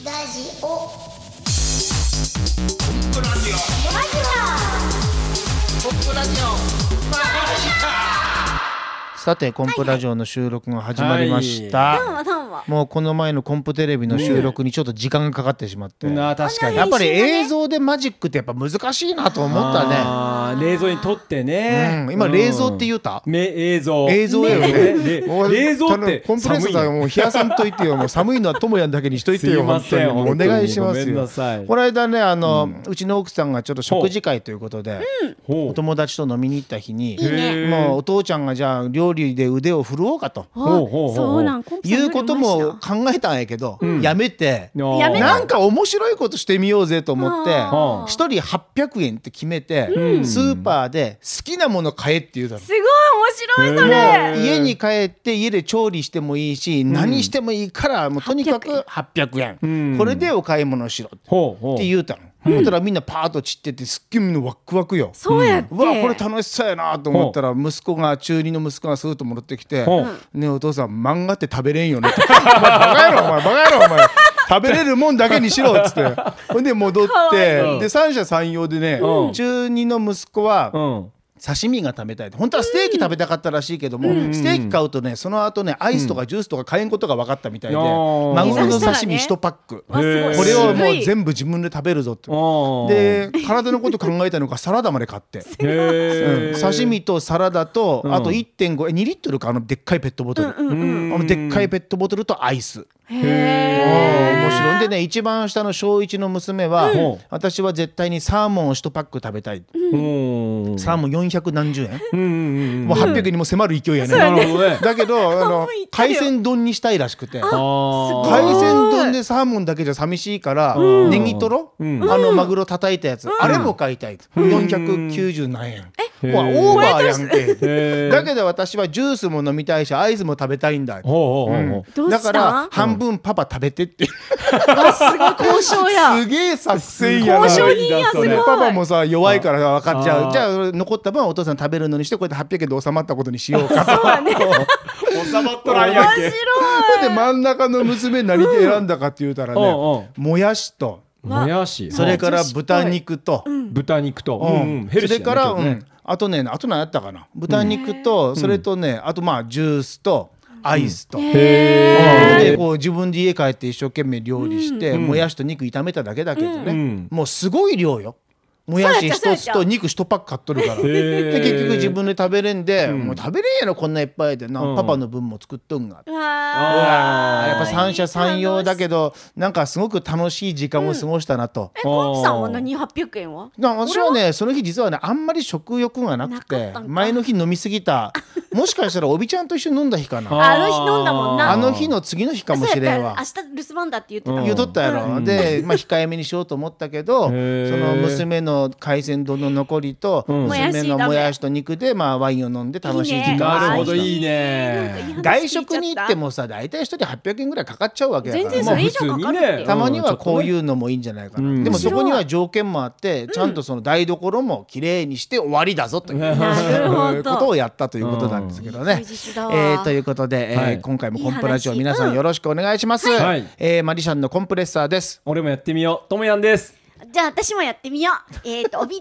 ラジオポップラジオポップラジオさてコンプラジオの収録が始まりました、もうこの前のコンプテレビの収録にちょっと時間がかかってしまって、 確かにやっぱり映像でマジックってやっぱ難しいなと思ったね。 冷蔵に撮ってね、 今冷蔵って言うた、 映像よね。 冷蔵ってコンプレッサーもう冷やさんといてよ、もう寒いのはともやんだけにしといてよ。本当にもうお願いしますよ。この間ねうちの奥さんがちょっと食事会ということで、お友達と飲みに行った日に、もうお父ちゃんがじゃあ料理で腕を振るおうかということも考えたんやけど、やめてなんか面白いことしてみようぜと思って1人800円って決めて、スーパーで好きなもの買えって言うだろ。 すごい面白いそれ。 もう家に帰って家で調理してもいいし、何してもいいからもうとにかく800円、これでお買い物しろって言うたの。思ったらみんなパーッと散ってて、すっげえみんなワックワクよ。 そうやって、 うわこれ楽しそうやなと思ったら、息子が中2の息子がスーッと戻ってきて、ねお父さん漫画って食べれんよねってバカ野郎お前食べれるもんだけにしろっつって、ほんで戻ってで三者三様でね、中2の息子は刺身が食べたい。本当はステーキ食べたかったらしいけども、ステーキ買うとねその後ねアイスとかジュースとか買えんことが分かったみたいで、マグロの刺身1パック、これをもう全部自分で食べるぞってで体のこと考えたのかサラダまで買って、刺身とサラダとあと 1.5 2リットルか、でっかいペットボトル、でっかいペットボトルとアイス。面白いんでね、一番下の小1の娘は、私は絶対にサーモンを1パック食べたい、サーモン400何十円、もう800円にも迫る勢いやね。だけど海鮮丼にしたいらしくて、海鮮丼でサーモンだけじゃ寂しいから、ネギトロ、マグロ叩いたやつ、あれも買いたい、490何円、オーバーやんけ。だけど私はジュースも飲みたいしアイスも食べたいんだ、だから半分パパ食べてってすごい交渉や。 すげえ作戦やな。 交渉人や。すごい。 パパもさ弱いから分かっちゃう。じゃあ残った分はお父さん食べるのにして、こうやって800円で収まったことにしようかと。 収まっとらんやんけ。 面白い。 で真ん中の娘何で選んだかって言うたらね、もやしとそれから豚肉とヘルシーそれからあと何やったかな、豚肉とそれとね、あとまあジュースとアイスと、でこう自分で家帰って一生懸命料理して、もやしと肉炒めただけだけどね、もうすごい量よ。もやし一つと肉1パック買っとるから、で結局自分で食べれんで、もう食べれんやろこんないっぱいでな、パパの分も作っとんが、やっぱ三者三様だけどなんかすごく楽しい時間を過ごしたなと。 コンピさんは何800円は？ 私はねその日実はねあんまり食欲がなくて、前の日飲みすぎた、もしかしたらおびちゃんと一緒に飲んだ日かな。 あの日飲んだもんな。 あの日の次の日かもしれんわ。 明日留守番だって言ってた。 言うとったやろ。で控えめにしようと思ったけど、その娘の海鮮丼の残りと娘のもやしと肉でワインを飲んで楽しい時間を過ごした。 なるほど、いいね。 外食に行ってもさ大体1人800円ぐらいかかっちゃうわけやから、 全然それ以上かかるって。 たまにはこういうのもいいんじゃないかな。でもそこには条件もあって、ちゃんとその台所もきれいにして終わりだぞということをやったということなんですけどね。ということで今回もコンプラジオ皆さんよろしくお願いします。マリシャンのコンプレッサーです。 俺もやってみよう。ともやんです。 じゃあ私もやってみよう。帯です。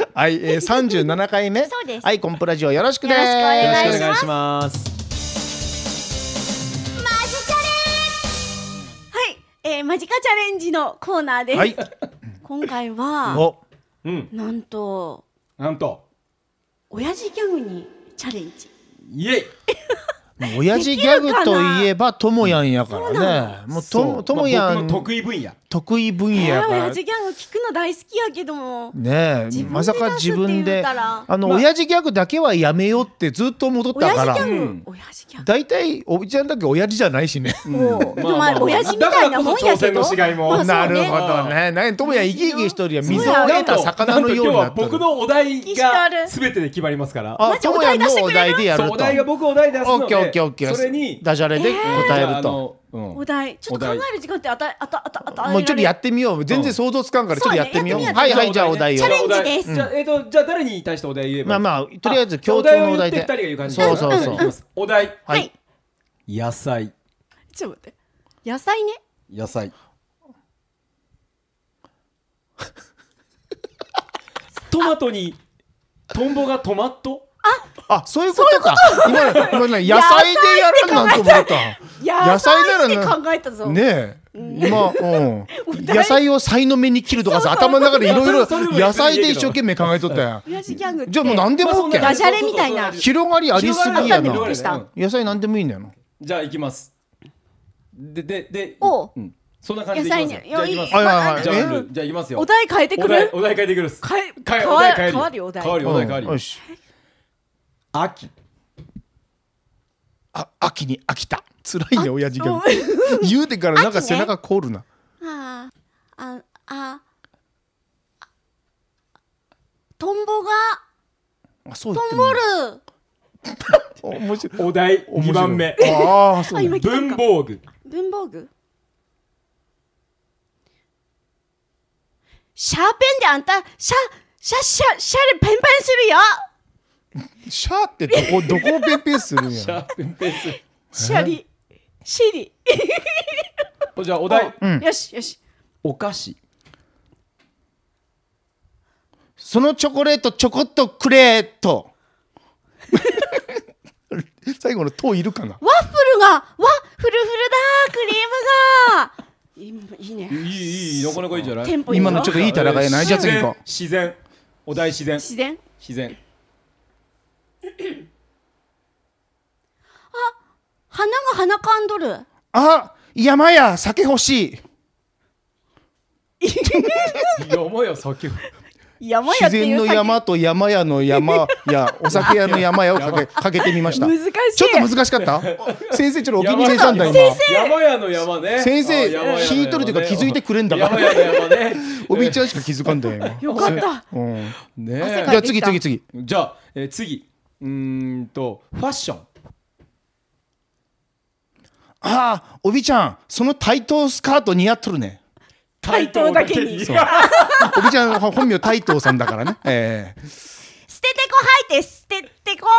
はい、37回目。 そうです。 はい、コンプラジオよろしくです。 よろしくお願いします。 マジチャレンジ。はい、マジカチャレンジのコーナーです。 はい、 今回はなんと親父ギャグにチャレンジ。 イエイ。 親父ギャグといえばともやんやからね。もうともやん僕の得意分野やから。 親父ギャグ聞くの大好きやけどもねえ、まさか自分で親父ギャグだけはやめようってずっと戻ったから。親父ギャグだいたいおびちゃんだけ親父じゃないしね。 親父みたいなもんやけど。 なるほどね。ともやん生き生きしとるやん。水を得た魚のようになってる。 僕のお題が全てで決まりますから。 ともやんのお題でやると。 お題が僕お題出すので、 それにダジャレで答えると。 お題ちょっと考える時間ってもうちょっとやってみよう。全然想像つかんからちょっとやってみよう。はいじゃあお題を。 チャレンジです。 じゃあ誰に対してお題言えば。 とりあえず共通のお題で。 お題を言って2人が言う感じ。 そうお題。 はい。 野菜。 ちょっと待って。野菜ね。 野菜。 トマトにトンボがトマト。 あ、そういうことか。今野菜でやらんなんと思った。 野菜ならね考えたぞ。 ねえ、今、野菜をさいの目に切るとかさ、頭の中でいろいろ野菜で一生懸命考えとったやん。 親父ギャグって。 じゃあもう何でも OK。 ダジャレみたいな。 広がりありすぎやな。 野菜何でもいいんだよ。 じゃあ行きます。で、そんな感じでいきます。 じゃあ行きます。 じゃあ行きますよ。 お題変えてくる。 お題変えてくる。 変わるよお題。 変わり。 よし。 秋。 秋に飽きた。辛いね親父が。言うてからなんか背中凍るな。 トンボがトンボる。 お題2番目。文房具。 文房具。シャーペンであんたシャでペンペンするよ。 シャーってどこをペンペンするんや。 シャーペンペンする。 シャリ。シリ。 じゃあお題。 よし。 お菓子。 そのチョコレートちょこっとくれと。最後のといるかな。 ワッフルだクリームがいいね。 いいなかなかいいじゃない。 今のちょっといい戦いない。じゃあ次行こう。 自然。お題自然。 花が花かんどる。 山や酒欲しい。 山や酒。 自然の山と山屋の山やお酒屋の山屋をかけてみました。 難しい。 ちょっと難しかった。先生ちょっとお気に召さんだ今。 山屋の山ね。 先生引いとるというか気づいてくれんだから。 山屋の山ね。 おびちゃんしか気づかんだよ。 よかった。 ね。 じゃあ次。 じゃあ次。ファッション。 おびちゃんそのタイトスカート似合っとるね。 タイトだけに。 おびちゃん本名タイトさんだからね。 捨ててこ吐いて捨ててこ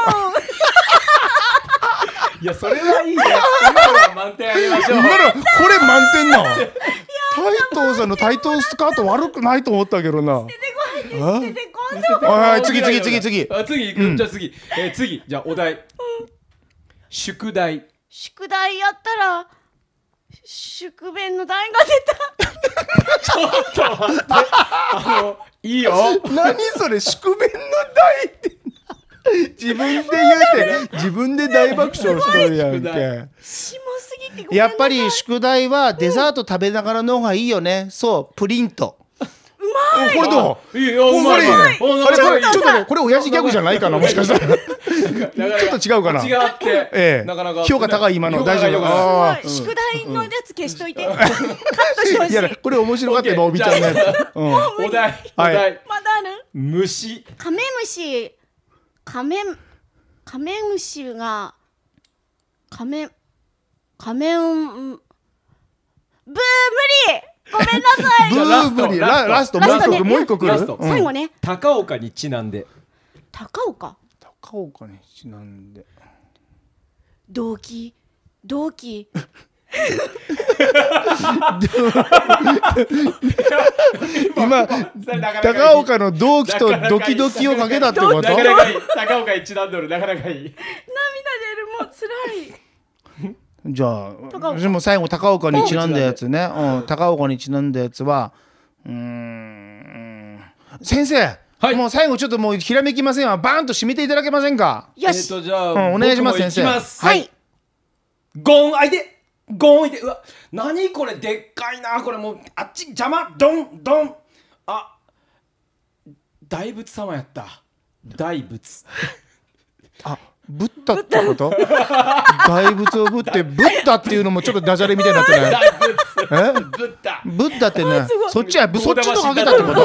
いやそれはいいね。今の満点あげましょう。 これ満点な。タイトさんのタイトスカート悪くないと思ったけどな。 捨ててこ吐いて捨ててこはい次。 次行く。次じゃあお題。宿題やったら宿便の台が出た。ちょっと待って。いいよ。 何それ宿便の台って自分で言うて自分で大爆笑しとるやんけ。 下すぎてやっぱり宿題はデザート食べながらの方がいいよね。そうプリント。 うまい。 これどう？ いいよ。うまい。 ちょっとねこれ親父ギャグじゃないかなもしかしたら。ちょっと違うかな。 違って。なかなか評価高い今の大丈夫。 宿題のやつ消しといて。カットしてほしい。 いやこれ面白かったよおびちゃんね。 お題。 まだある？ 虫。 カメムシがブー無理。ごめんなさい。 ブー無理。ラストもう一個来る。 最後ね。 高岡にちなんで。 高岡にちなんで。 同期。 今高岡の同期とドキドキをかけたってこと？ 高岡にちなんどるなかなかいい。 涙出るもう辛い。 じゃあでも最後高岡にちなんだやつね。高岡にちなんだやつは先生。もう最後ちょっともうひらめきませんわ。バーンと締めていただけませんか。 よし。 じゃあお願いします先生。 はい。 ゴンあいて。うわ何これでっかいなこれもうあっち邪魔ドン大仏様やった。大仏。 ブッダってこと？大仏をぶってブッダっていうのもちょっとダジャレみたいになってない？ブッダってねそっちとかけたってこと？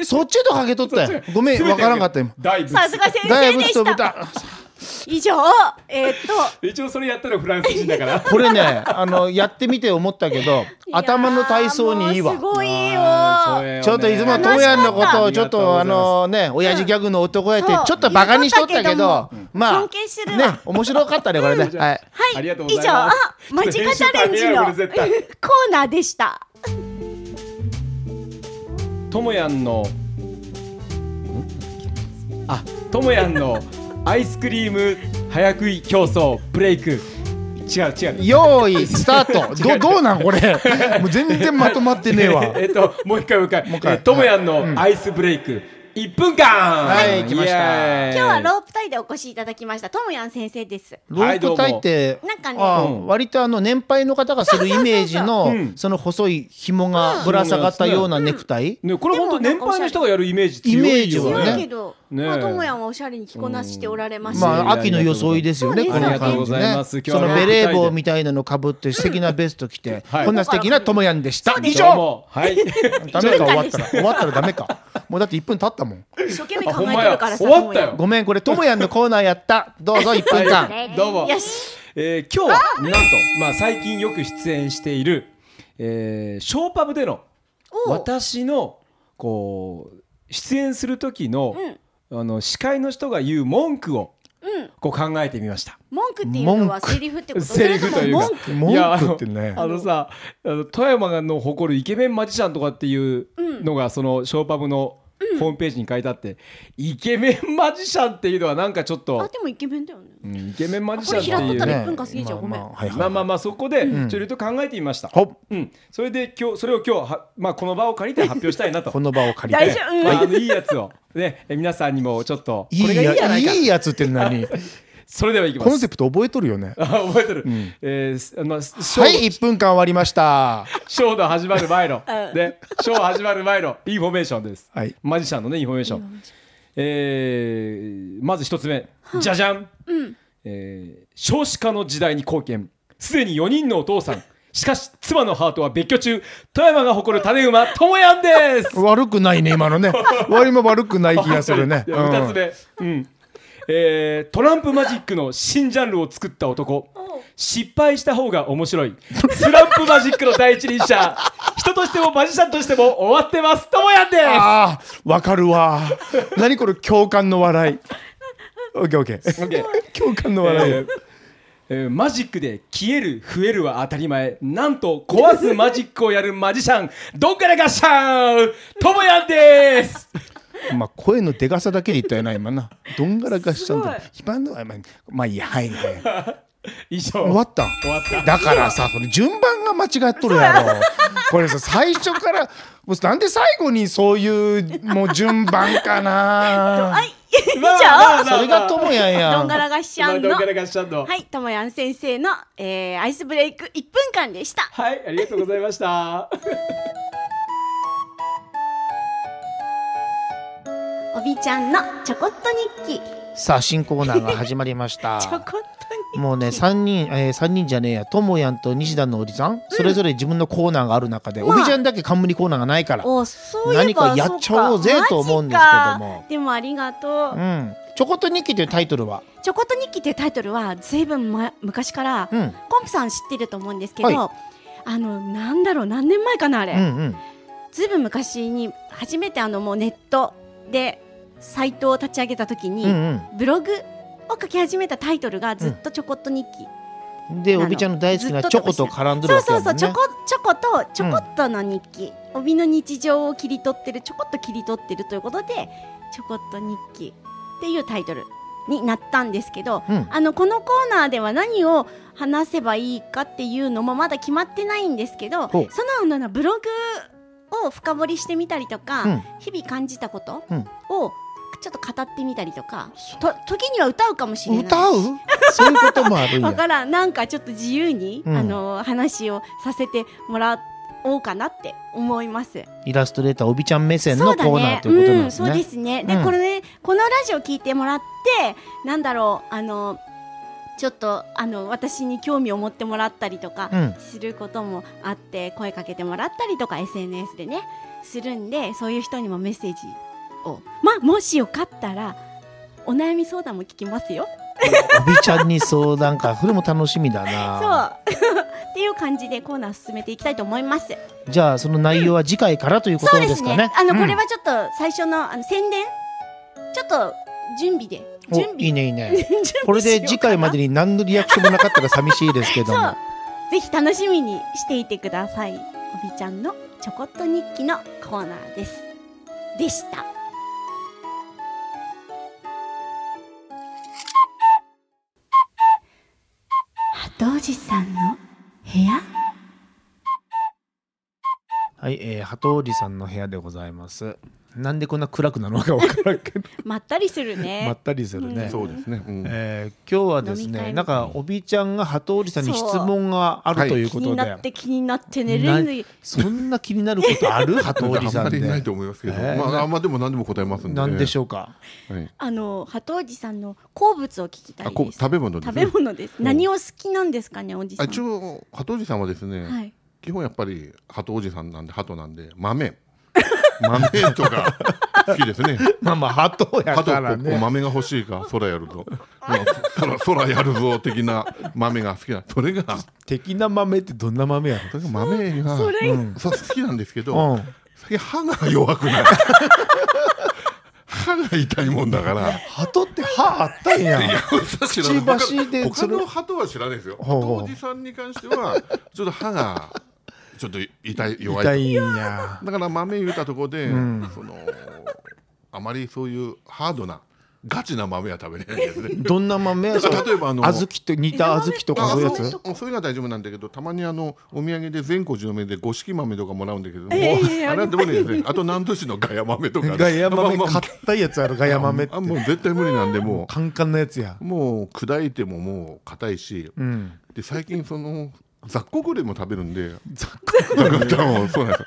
そっちとかけとったよ。ごめんわからんかった今。 さすが先生でした。以上一応それやったらフランス人だからこれねやってみて思ったけど頭の体操にいいわ。 すごいよ。 ちょっといつもトーヤンのことをちょっと親父ギャグの男やってちょっとバカにしとったけどまあね面白かったねこれね。はい。 ありがとうございます。 以上マジカチャレンジのコーナーでした。 ともやんのともやんのアイスクリーム早食い競争ブレイク。違うよーいスタートどうなんこれもう全然まとまってねえわもう一回ともやんのアイスブレイク1分間。 はい来ました。 今日はロープタイでお越しいただきましたともやん先生です。 ロープタイってなんかね、 割と年配の方がするイメージのその細い紐がぶら下がったようなネクタイ、 これ本当年配の人がやるイメージ強いよね。 強いけどともやんはおしゃれに着こなしておられました。秋の装いですよね。 ありがとうございます。 そのベレー帽みたいなのかぶって素敵なベスト着てこんな素敵なともやんでした。以上。ダメか終わったらダメか。もうだって1分経ったもん。 一生懸命考えてるからさ。 終わったよ。 ごめんこれともやんのコーナーやった。どうぞ1分間。 どうも。 よし。 今日はなんと最近よく出演しているショーパブでの私のこう出演する時の司会の人が言う文句をこう考えてみました。 文句っていうのはセリフってこと？ セリフというか文句ってね。 さ富山の誇るイケメンマジシャンとかっていうのがそのショーパブのホームページに書いてあって、イケメンマジシャンっていうのはなんかちょっとでもイケメンだよね。 イケメンマジシャンっていうこれ開くったら1分間過ぎちゃう。ごめん。 そこでちょっと考えてみました。それでそれを今日この場を借りて発表したいなと。 この場を借りていいやつをね皆さんにもちょっといいやつって何？ それではいきます。 コンセプト覚えとるよね。 覚えてる。はい 1分間終わりました。 ショーの始まる前のショー始まる前のインフォメーションです。マジシャンのねインフォメーション。まず一つ目、じゃじゃん。少子化の時代に貢献。すでに4人のお父さん。しかし妻のハートは別居中。富山が誇る種馬ともやんです。 悪くないね今のね。割も悪くない気がするね。 2つ目。トランプマジックの新ジャンルを作った男。失敗した方が面白いスランプマジックの第一人者。人としてもマジシャンとしても終わってますともやんです。 わかるわ。何これ共感の笑い。オッケー共感の笑い。 マジックで消える増えるは当たり前。なんと壊すマジックをやるマジシャンどんからがっしゃんともやんです。 声のでかさだけで言ったよな今な。どんがらがっしゃんって今のはいいやはい以上終わっただからさこれ順番が間違っとるやろこれさ最初からなんで最後にそういうもう順番かな以上それがともやんやどんがらがっしゃんのはいともやん先生のアイスブレイク1分間でした。 はいありがとうございましたおびちゃんのちょこっと日記。 さあ新コーナーが始まりましたちょこっと日記もうね3人じゃねえやともやんと西田のおじさん、それぞれ自分のコーナーがある中で、おびちゃんだけ冠コーナーがないから何かやっちゃおうぜと思うんですけども。 でもありがとう。 ちょこっと日記というタイトルはちょこっと日記というタイトルはずいぶん昔から、コンプさん知ってると思うんですけど、なんだろう何年前かなあれ、ずいぶん昔に初めてもうネットでサイトを立ち上げた時に、ブログを書き始めたタイトルがずっとちょこっと日記、 でおびちゃんの大好きなチョコと絡んでるわけやもんね。 チョコとちょこっとの日記、おびの日常を切り取ってるちょこっと切り取ってるということでちょこっと日記っていうタイトルになったんですけど、このコーナーでは何を話せばいいかっていうのもまだ決まってないんですけど、そのブログを深掘りしてみたりとか、日々感じたことをちょっと語ってみたりとか、時には歌うかもしれない。 歌うそういうこともあるんや。 だからなんかちょっと自由に、話をさせてもらおうかなって思います。 イラストレーターおびちゃん目線のコーナーということなんですね。 そうですね。で、このラジオ聞いてもらってなんだろうちょっと私に興味を持ってもらったりとかすることもあって、声かけてもらったりとか SNS でねするんで、そういう人にもメッセージをもしよかったらお悩み相談も聞きますよ。 おびちゃんに相談か、それも楽しみだな。 そうっていう感じでコーナー進めていきたいと思います。 じゃあその内容は次回からということですかね。 これはちょっと最初の宣伝ちょっと準備でいいねいいねこれで次回までに何のリアクションもなかったら寂しいですけどもぜひ楽しみにしていてください。おびちゃんのちょこっと日記のコーナーです。 でした。鳩おじさんの部屋。 はい、鳩おじさんの部屋でございます。なんでこんな暗くなるのか分からんけどまったりするね。 まったりするね、 そうですね、 今日はですね、なんかおびちゃんが鳩おじさんに質問があるということで、 気になって寝れない。 そんな気になることある鳩おじさんで。 あんまりないと思いますけど、まあでも何でも答えますんで。 何でしょうか。 鳩おじさんの好物を聞きたいです。 食べ物です。 食べ物です。何を好きなんですかね、おじさん。 一応鳩おじさんはですね、基本やっぱり鳩おじさんなんで、鳩なんで豆とか好きですね。 まあ鳩やからね。 豆が欲しいか、空やるぞ空やるぞ的な豆が好きな。それが的な豆ってどんな豆やろ。 それが豆が好きなんですけど、最近歯が弱くない。歯が痛いもんだから。 鳩って歯あったんや。 くちばしで他の鳩は知らないですよ。鳩おじさんに関してはちょっと歯がちょっと弱いんや。だから豆言うたところで、あまりそういうハードなガチな豆は食べれないですね。 どんな豆？例えば小豆と煮た小豆とかそういうやつ？ それが大丈夫なんだけど、たまにお土産で善光寺の目で五色豆とかもらうんだけども、あれはでもね、あと南砺市のガヤ豆とか。 ガヤ豆硬いやつある。ガヤ豆って。 もう絶対無理なんで、もうカンカンのやつや。 もう砕いてももう硬いし、で最近雑穀類も食べるんで。雑穀類そうなんです。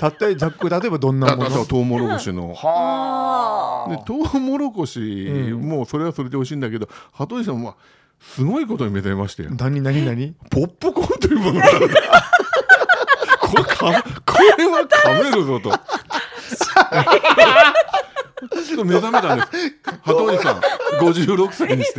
例えばどんなもの？ トウモロコシの。トウモロコシもそれはそれで美味しいんだけど、鳩おじさんはすごいことに目覚めまして。 何？ ポップコーンというものがある。これは噛めるぞと。目覚めたんです。鳩おじさん56歳にして。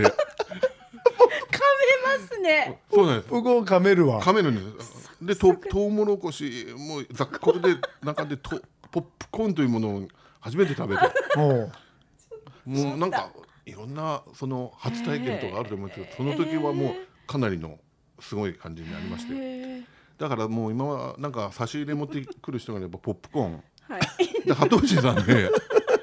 ますね。 そうなんです。 僕も噛めるわ。 噛めるんです。でトウモロコシもこれで中でポップコーンというものを初めて食べて、もうなんかいろんな初体験とかあると思うんですけど、その時はもうかなりのすごい感じになりまして、だからもう今はなんか差し入れ持ってくる人がやっぱポップコーンで、鳩おじさんで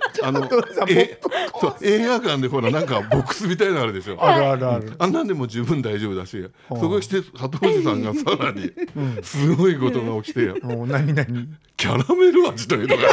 映画館でほらなんかボックスみたいなのあるでしょ。 ある。 あんなんでも十分大丈夫だし、そこして鳩おじさんがさらにすごいことが起きて、 何キャラメル味というのが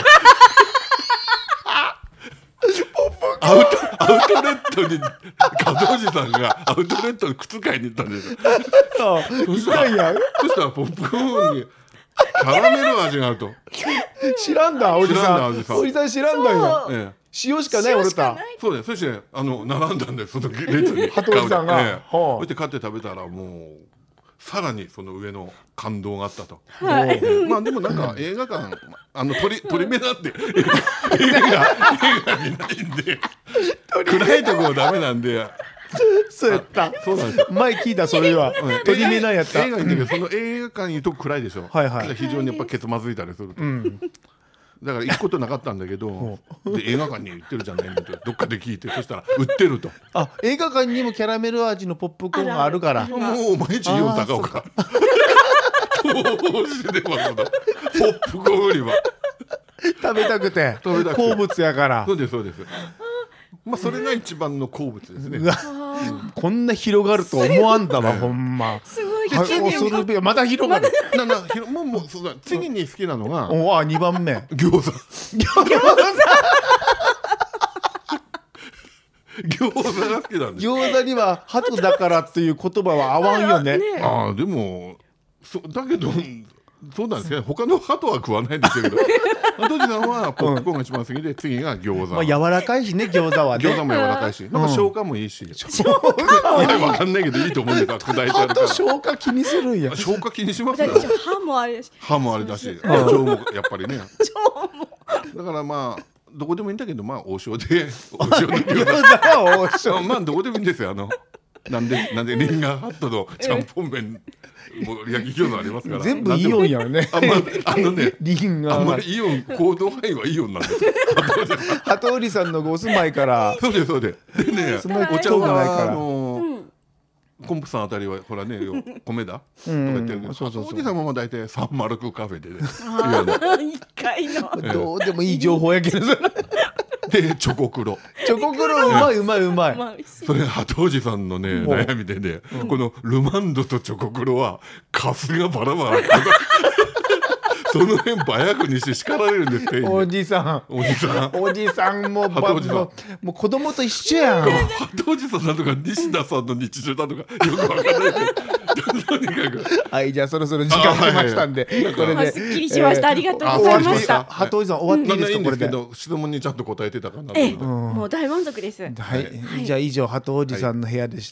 アウトレットに鳩おじさんがアウトレットに靴買いに行ったんですよ。そしたらポップコーンにキャラメル味があると。 知らんだおじさん。おじさん知らんだよ。塩しかない俺た。 そうです。そして並んだんで、その列に鳩おじさんがそして買って食べたらもうさらにその上の感動があったと。まあでもなんか映画館鳥目なんで映画見ないんで暗いところダメなんで。 そうやった。 そうなんですよ。 前聞いたそれは。鳥目なんやった。 映画にいるけど、その映画館にいると暗いでしょ。非常にやっぱケツまずいたりすると。だから行くことなかったんだけど、で映画館に行ってるじゃないのってどっかで聞いて、そしたら売ってると。 映画館にもキャラメル味のポップコーンがあるから。 もう毎日イオン高岡どうしてもポップコーン売り場食べたくて好物やから。 そうです。まあそれが一番の好物ですね。 こんな広がると思わんだわ、ほんま。 すごい。 まだ広がる。 もう次に好きなのが 2番目餃子が好きなんです。 餃子には鳩だからっていう言葉は合わんよね。 でもだけどそうなんですね。他の鳩は食わないんですけど、鳩おじさんはポップコーンが一番好きで、次が餃子。 柔らかいしね、餃子はね。 餃子も柔らかいし、なんか消化もいいし。わかんないけどいいと思うんですよ。砕いてあるから。 消化気にするんや。 消化気にしますよ。 歯もあれだし。 腸もやっぱりね。だからまあどこでもいいんだけど、まあ王将で王将の餃子はまあどこでもいいんですよ。なんでリンガーハットのちゃんぽん麺焼き餃子ありますから。 全部イオンやね。リンガー。 あんまりイオン行動範囲はイオンなんです。 鳩おじさんのお住まいから。 そうです。でね、お茶はコンプさんあたりはほらね、米だとか言ってるけど、鳩おじさんも大体サンマルクカフェでね。 一回のどうでもいい情報やけど。 でチョコクロチョコクロうまいうまいうまい。 まあ美味しいそれ鳩おじさんのね悩みでね、このルマンドとチョコクロはカスがバラバラその辺早くにして叱られるんですっておじさんおじさんおじさんも鳩おじさんもう子供と一緒やん。 鳩おじさんだとか西田さんの日常だとかよくわかんないけどとにかくはい、じゃあそろそろ時間来ましたんで、これですっきりしました。ありがとうございました。 鳩おじさん終わっていいですか、 いいんこれで。 ですけど質問にちゃんと答えてたかなとええ、 思ってもう大満足です。 はい、じゃあ以上鳩おじさんの部屋でした。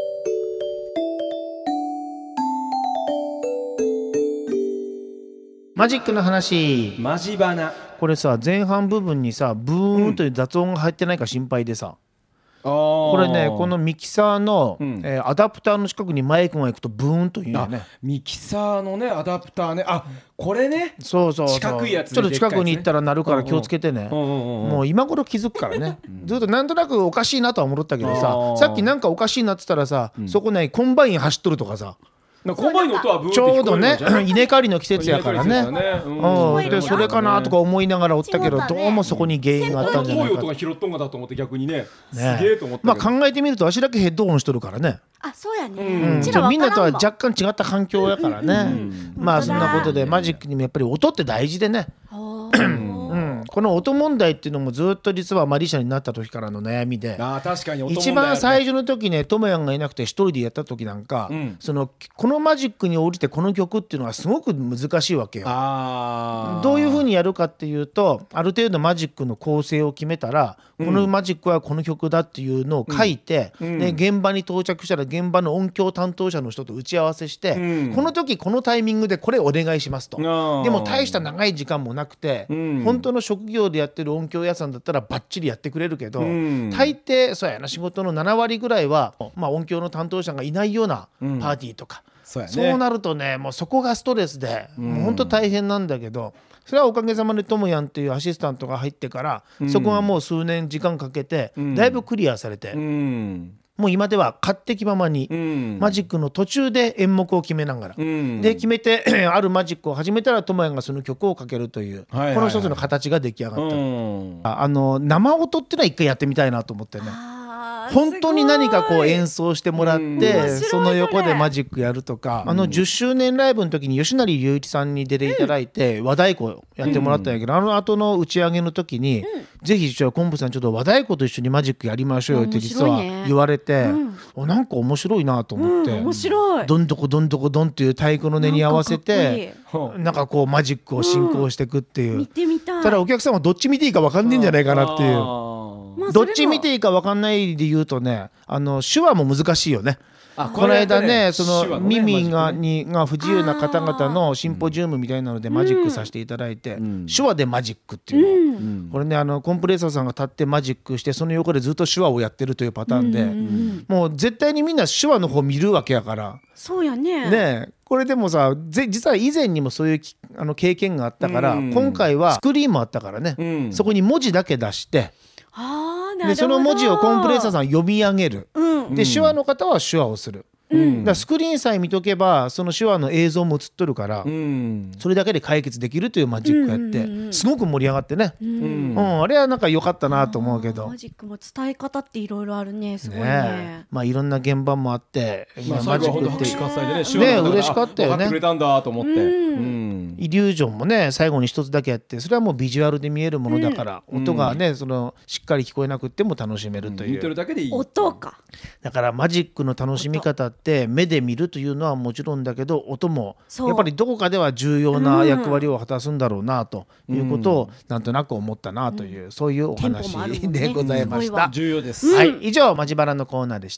マジックの話。 マジバナ。 これさ、前半部分にさブーンという雑音が入ってないか心配でさ、これね、このミキサーの、アダプターの近くにマイクが行くとブーンと言うんだよね。 ミキサーのねアダプターね、あ、これね、 そうそうそう、 四角いやつちょっと近くに行ったら鳴るから気をつけてね。もう今頃気づくからねずっとなんとなくおかしいなとは思ったけどさ、さっきなんかおかしいなって言ったらさ、そこねコンバイン走っとるとかさ、 コンバインの音はブーンってちょうど聞こえるねじゃん稲刈りの季節やからね。でそれかなとか思いながらおったけど、どうもそこに原因があったんじゃないか。 遠い音が拾っとんがだと思って逆にね、すげえと思ったまあけど、 考えてみるとわしだけヘッドホンしとるからね。 あ、そうやね。 みんなとは若干違った環境やからね。まあそんなことでマジックにもやっぱり音って大事でね。この音問題っていうのもずっと実はマリシャになった時からの悩みで、 あ、確かに音問題、 一番最初の時ね、トモヤンがいなくて一人でやった時なんか、このマジックに降りてこの曲っていうのはすごく難しいわけよ。どういう風にやるかっていうと、ある程度マジックの構成を決めたら、このマジックはこの曲だっていうのを書いて、で現場に到着したら現場の音響担当者の人と打ち合わせして、この時このタイミングでこれお願いしますと。でも大した長い時間もなくて、本当の職業でやってる音響屋さんだったらバッチリやってくれるけど、大抵そうやな、仕事の7割ぐらいは、音響の担当者がいないようなパーティーとか、そうなるとね、もうそこがストレスで、もう本当大変なんだけど、それはおかげさまでトモヤンっていうアシスタントが入ってから、そこはもう数年時間かけてだいぶクリアされて、もう今では勝手気ままにマジックの途中で演目を決めながら、で決めてあるマジックを始めたらトモヤンがその曲をかけるという、この一つの形が出来上がった。生音っていうのは一回やってみたいなと思ってね。本当に何かこう演奏してもらってその横でマジックやるとか、10周年ライブの時に吉成隆一さんに出ていただいて和太鼓やってもらったんやけど、後の打ち上げの時にぜひコンプさんちょっと和太鼓と一緒にマジックやりましょうよって実は言われて、なんか面白いなと思って、 面白い、 どんどこどんどこどんっていう太鼓の音に合わせてなんかこうマジックを進行していくっていう。 見てみたい。 ただお客さんはどっち見ていいか分かんねえんじゃないかなっていう。どっち見ていいか分かんないで言うとね、手話も難しいよね。この間ね、その耳が不自由な方々のシンポジウムみたいなのでマジックさせていただいて、手話でマジックっていうの、これねコンプレッサーさんが立ってマジックしてその横でずっと手話をやってるというパターンで、もう絶対にみんな手話の方見るわけやから。 そうやね。 ね、これでもさ、実は以前にもそういう経験があったから、今回はスクリーンもあったからね、そこに文字だけ出して、でその文字をコンプレッサーさん読み上げる、で手話の方は手話をする、だからスクリーンさえ見とけばその手話の映像も映っとるから、それだけで解決できるというマジックやって、すごく盛り上がってね、あれはなんか良かったなと思うけど、 マジックも伝え方っていろいろあるね。すごいね。 いろんな現場もあって、 マジックって拍手喝采でね、 嬉しかったよね。 分かってくれたんだと思って、 イリュージョンもね最後に一つだけやって、それはもうビジュアルで見えるものだから、音がねしっかり聞こえなくても楽しめるという、 見てるだけでいい音か。 だからマジックの楽しみ方って目で見るというのはもちろんだけど、音もやっぱりどこかでは重要な役割を果たすんだろうなということをなんとなく思ったなという、そういうお話でございました。 重要です。 はい、以上マジバラのコーナーでした。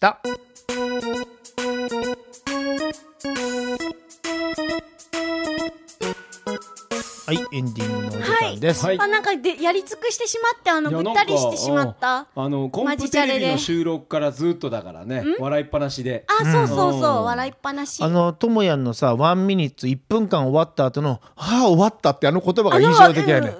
はい、エンディングのお時間です。 なんかやり尽くしてしまってぐったりしてしまった。 コンプテレビの収録からずっとだからね、笑いっぱなしで。 そうそうそう、笑いっぱなし。 ともやんのさ1ミニッツ1分間終わった後の終わったって言葉が印象的やね。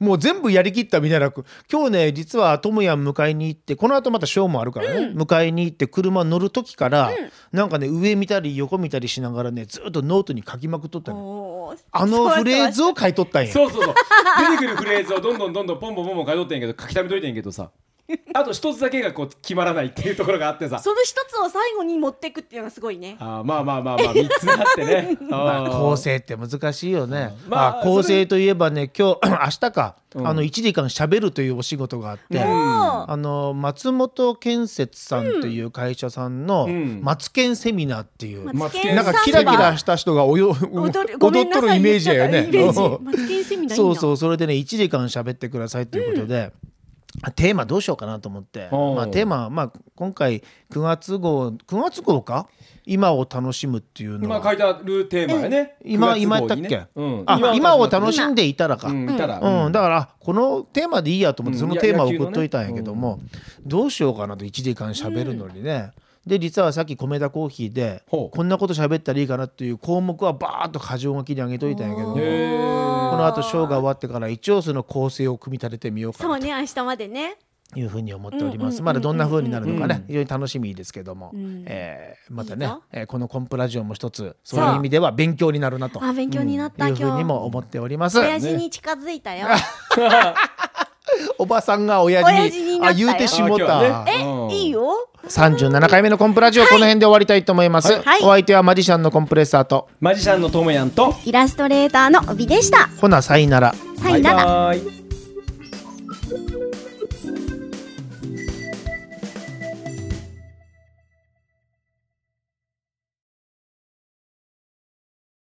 もう全部やりきったみたいな。今日ね実はトムヤン迎えに行って、この後またショーもあるからね、迎えに行って車乗る時から、なんかね上見たり横見たりしながらねずっとノートに書きまくっとったの。あのフレーズを書いとったんや。 そう出てくるフレーズをどんどんポンポンポンポン書いとったんやけど、書き溜めといてんけどさ、あと一つだけがこう決まらないっていうところがあってさ、 その一つを最後に持っていくっていうのがすごいね。 まあ3つあってね構成って難しいよね。構成といえばね、今日明日か、1時間しゃべるというお仕事があって、松本建設さんという会社さんのマツケンセミナーっていう、なんかキラキラした人が踊っとるイメージだよね。 マツケンセミナーいいな。 そうそれでね1時間しゃべってくださいということで、テーマどうしようかなと思って、テーマ今回9月号か、今を楽しむっていうのは今書いてあるテーマやね。 今やったっけ、今を楽しんでいたらか、だからこのテーマでいいやと思ってそのテーマを送っといたんやけども、どうしようかなと1時間しゃべるのにね。で実はさっき米田コーヒーでこんなこと喋ったらいいかなっていう項目はバーッと箇条書きに上げといたんやけど、この後ショーが終わってから一応その構成を組み立ててみようかなと明日までねいうふうに思っております。まだどんな風になるのかね、非常に楽しみですけども、またねこのコンプラジオも一つそういう意味では勉強になるなと勉強になったいうふうにも思っております。 親父に近づいたよ。 おばさんが親父に言うてしもた。 いいよ。 37回目のコンプラジオ、この辺で終わりたいと思います。お相手はマジシャンのコンプレッサーとマジシャンのトモヤンとイラストレーターの帯でした。 ほなさいなら。 さいなら。